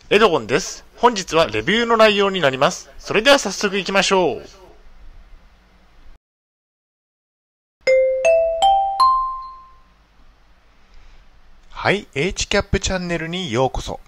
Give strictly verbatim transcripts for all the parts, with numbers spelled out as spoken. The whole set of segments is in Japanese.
エドゴンです。本日はレビューの内容になります。それでは早速行きましょう。 はい、エイチキャップ チャンネルにようこそ。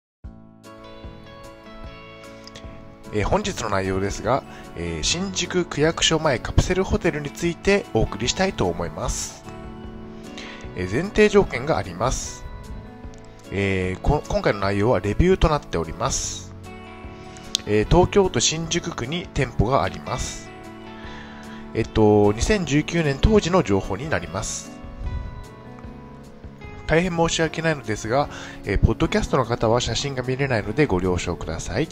えー、本日の内容ですが、えー、新宿区役所前カプセルホテルについてお送りしたいと思います。えー、前提条件があります。えー、こ今回の内容はレビューとなっております。えー、東京都新宿区に店舗があります。えっと、にせんじゅうきゅうねん当時の情報になります。大変申し訳ないのですが、えー、ポッドキャストの方は写真が見れないのでご了承ください。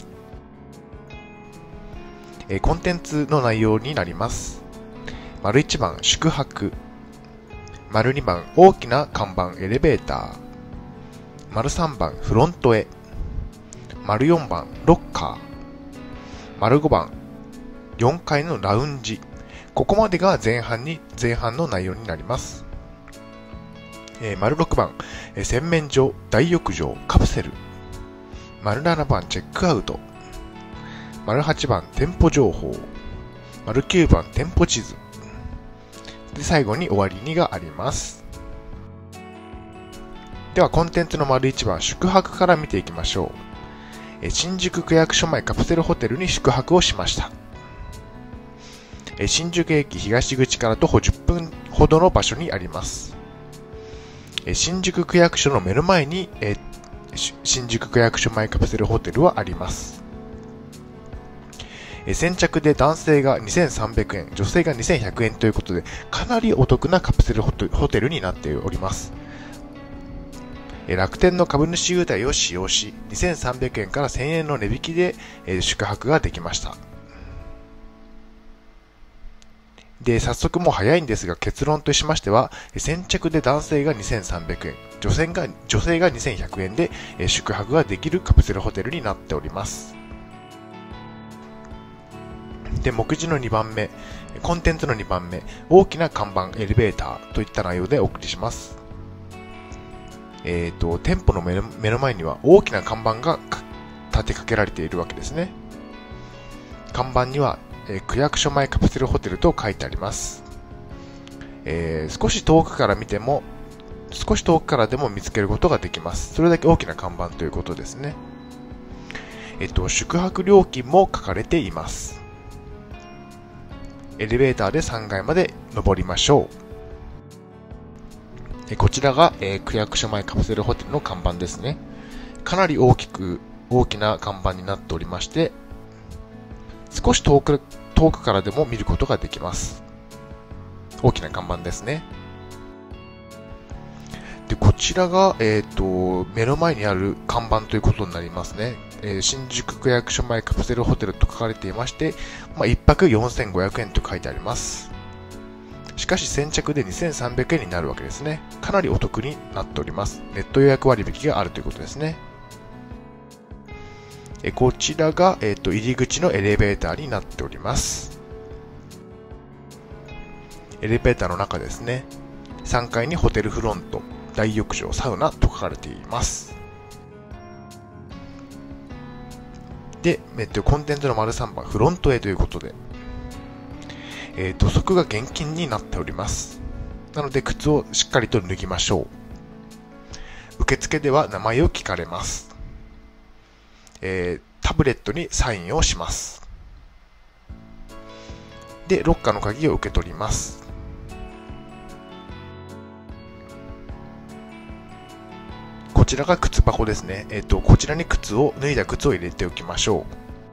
えー、コンテンツの内容になります。丸いちばん宿泊、丸にばん大きな看板エレベーター、丸さんばんフロントへ、丸よんばんロッカー、丸ごばんよんかいのラウンジ。ここまでが前半に前半の内容になります。えー、丸ろくばん、えー、洗面所、大浴場、カプセル。丸ななばんチェックアウト。丸はちばん店舗情報。丸きゅうばん店舗地図。で、最後に終わりにがあります。ではコンテンツの丸いちばん宿泊から見ていきましょう。えー、新宿区役所前カプセルホテルに宿泊をしました。えー、新宿駅東口から徒歩じゅっぷんほどの場所にあります。えー、新宿区役所の目の前に、えー、新宿区役所前カプセルホテルはあります。先着で男性がにせんさんびゃくえん、女性がにせんひゃくえんということで、かなりお得なカプセルホテルになっております。楽天の株主優待を使用し、にせんさんびゃくえんからせんえんの値引きで宿泊ができました。で、早速もう早いんですが、結論としましては、先着で男性がにせんさんびゃくえん、女性が、女性がにせんひゃくえんで宿泊ができるカプセルホテルになっております。で、目次のにばんめ、コンテンツのにばんめ、大きな看板、エレベーターといった内容でお送りします。えっと、店舗の目の、目の前には大きな看板が立てかけられているわけですね。看板には、えー、区役所前カプセルホテルと書いてあります。えー、少し遠くから見ても、少し遠くからでも見つけることができます。それだけ大きな看板ということですね。えっと、宿泊料金も書かれています。エレベーターでさんがいまで登りましょう。こちらが、えー、区役所前カプセルホテルの看板ですね。かなり大きく、大きな看板になっておりまして、少し遠く、遠くからでも見ることができます。大きな看板ですね。で、こちらが、えっと、目の前にある看板ということになりますね。えー、新宿区役所前カプセルホテルと書かれていまして、まあ、いっぱくよんせんごひゃくえんと書いてあります。しかし先着でにせんさんびゃくえんになるわけですね。かなりお得になっております。ネット予約割引があるということですね。えこちらが、えーと、入り口のエレベーターになっております。エレベーターの中ですね。さんがいにホテルフロント、大浴場、サウナと書かれています。で、えっと、コンテンツの丸さんばん、フロントへということで、えー、土足が厳禁になっております。なので、靴をしっかりと脱ぎましょう。受付では名前を聞かれます。えー、タブレットにサインをします。で、ロッカーの鍵を受け取ります。こちらが靴箱ですね。えっと、こちらに靴を、脱いだ靴を入れておきましょ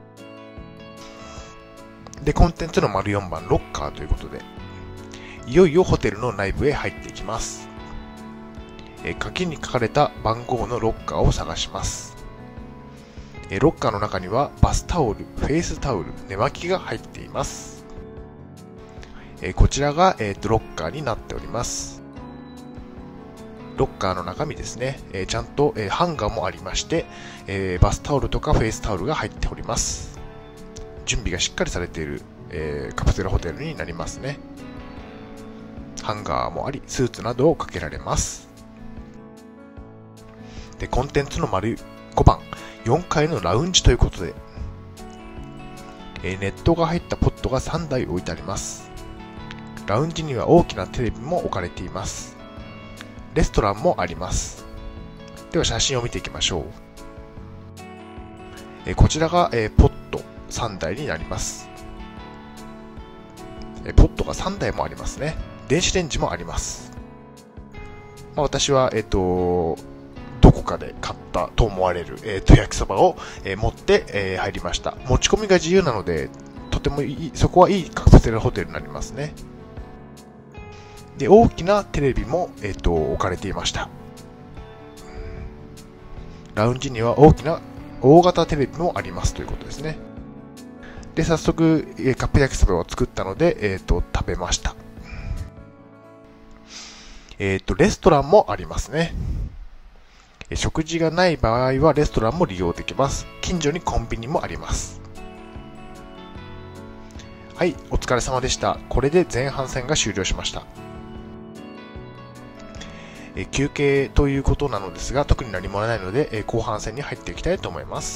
う。で、コンテンツの丸よんばん、ロッカーということで、いよいよホテルの内部へ入っていきます。え鍵に書かれた番号のロッカーを探します。えロッカーの中にはバスタオル、フェイスタオル、寝巻きが入っています。えこちらが、えーと、ロッカーになっております。ロッカーの中身ですね、えー、ちゃんと、えー、ハンガーもありまして、えー、バスタオルとかフェイスタオルが入っております。準備がしっかりされている、えー、カプセルホテルになりますね。ハンガーもあり、スーツなどをかけられます。で、コンテンツの丸ごばん、よんかいのラウンジということで、えー、ネットが入ったポットがさんだい置いてあります。ラウンジには大きなテレビも置かれています。レストランもあります。では写真を見ていきましょう。えー、こちらが、えー、ポットさんだいになります。えー、ポットがさんだいもありますね。電子レンジもあります。まあ、私は、えっと、どこかで買ったと思われる、えー、と焼きそばを、えー、持って、えー、入りました。持ち込みが自由なので、とてもいい、そこはいいカプセルホテルになりますね。で、大きなテレビも、えー、と置かれていました。ラウンジには大きな大型テレビもありますということですね。で、早速、えー、カップ焼きそばを作ったので、えー、と食べました。えっと、レストランもありますね。食事がない場合はレストランも利用できます。近所にコンビニもあります。はい、お疲れ様でした。これで前半戦が終了しました。え休憩ということなのですが、特に何もないので、え後半戦に入っていきたいと思います。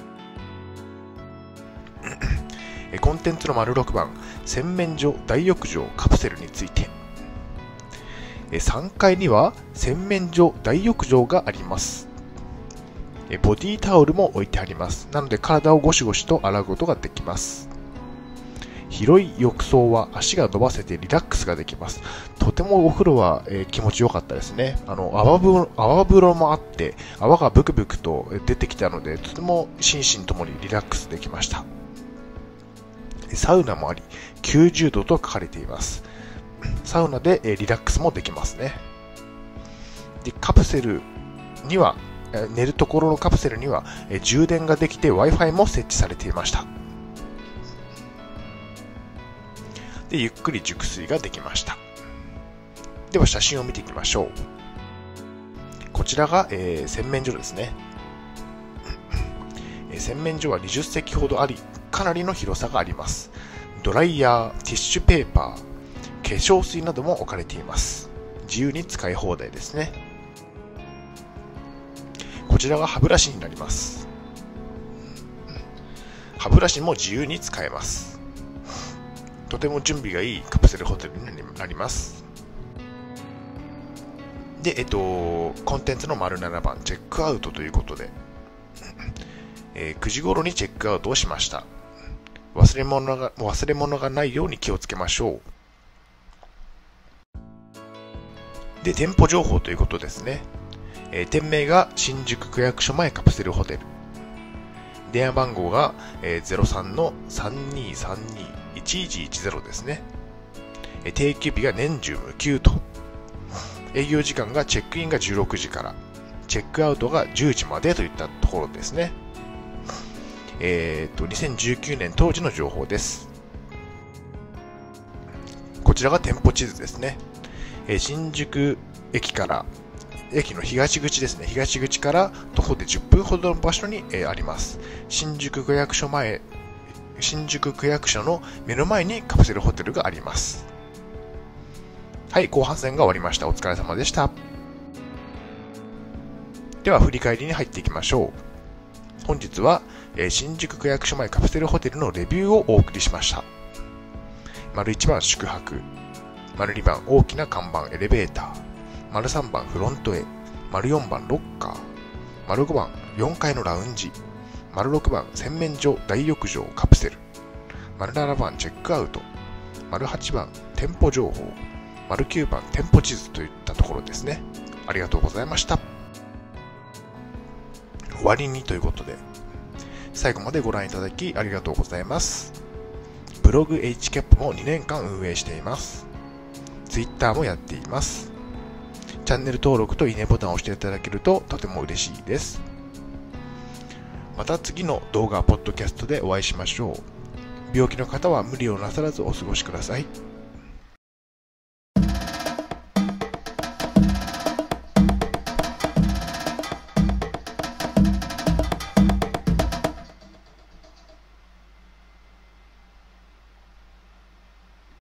コンテンツの丸ろくばん、洗面所大浴場カプセルについて。さんがいには洗面所大浴場があります。ボディタオルも置いてあります。なので体をゴシゴシと洗うことができます。広い浴槽は足が伸ばせてリラックスができます。とてもお風呂は、えー、気持ちよかったですね。あの泡風呂、泡風呂もあって泡がブクブクと出てきたので、とても心身ともにリラックスできました。サウナもありきゅうじゅうどと書かれています。サウナでリラックスもできますね。で、カプセルには、寝るところのカプセルには充電ができて Wi-Fi も設置されていました。で、ゆっくり熟睡ができました。では写真を見ていきましょう。こちらが、えー、洗面所ですね。洗面所はにじゅっせきほどあり、かなりの広さがあります。ドライヤー、ティッシュペーパー、化粧水なども置かれています。自由に使い放題ですね。こちらが歯ブラシになります。歯ブラシも自由に使えます。とても準備がいいカプセルホテルになります。で、えっと、コンテンツの丸ななばん、チェックアウトということで、えー、くじ頃にチェックアウトをしました。忘れ物が、忘れ物がないように気をつけましょう。で、店舗情報ということですね。えー、店名が新宿区役所前カプセルホテル。電話番号が、えー、ゼロさんのさんにーさんにーいちいちいちゼロですね。えー、定休日が年中無休と。営業時間がチェックインがじゅうろくじから、チェックアウトがじゅうじまでといったところですね。えーと、にせんじゅうきゅうねん当時の情報です。こちらが店舗地図ですね。えー、新宿駅から、駅の東口ですね。東口から徒歩でじゅっぷんほどの場所に、えー、あります。新宿区役所前、新宿区役所の目の前にカプセルホテルがあります。はい、後半戦が終わりました。お疲れ様でした。では振り返りに入っていきましょう。本日は、えー、新宿区役所前カプセルホテルのレビューをお送りしました。丸いちばん宿泊、丸にばん大きな看板エレベーター、丸さんばんフロントへ、丸よんばんロッカー、丸ごばんよんかいのラウンジ、丸ろくばん洗面所大浴場カプセル、丸ななばんチェックアウト、丸はちばん店舗情報、丸きゅうばん店舗地図といったところですね。ありがとうございました。終わりにということで、最後までご覧いただきありがとうございます。ブログ エイチキャップ もにねんかん運営しています。Twitter もやっています。チャンネル登録といいねボタンを押していただけるととても嬉しいです。また次の動画、ポッドキャストでお会いしましょう。病気の方は無理をなさらずお過ごしください。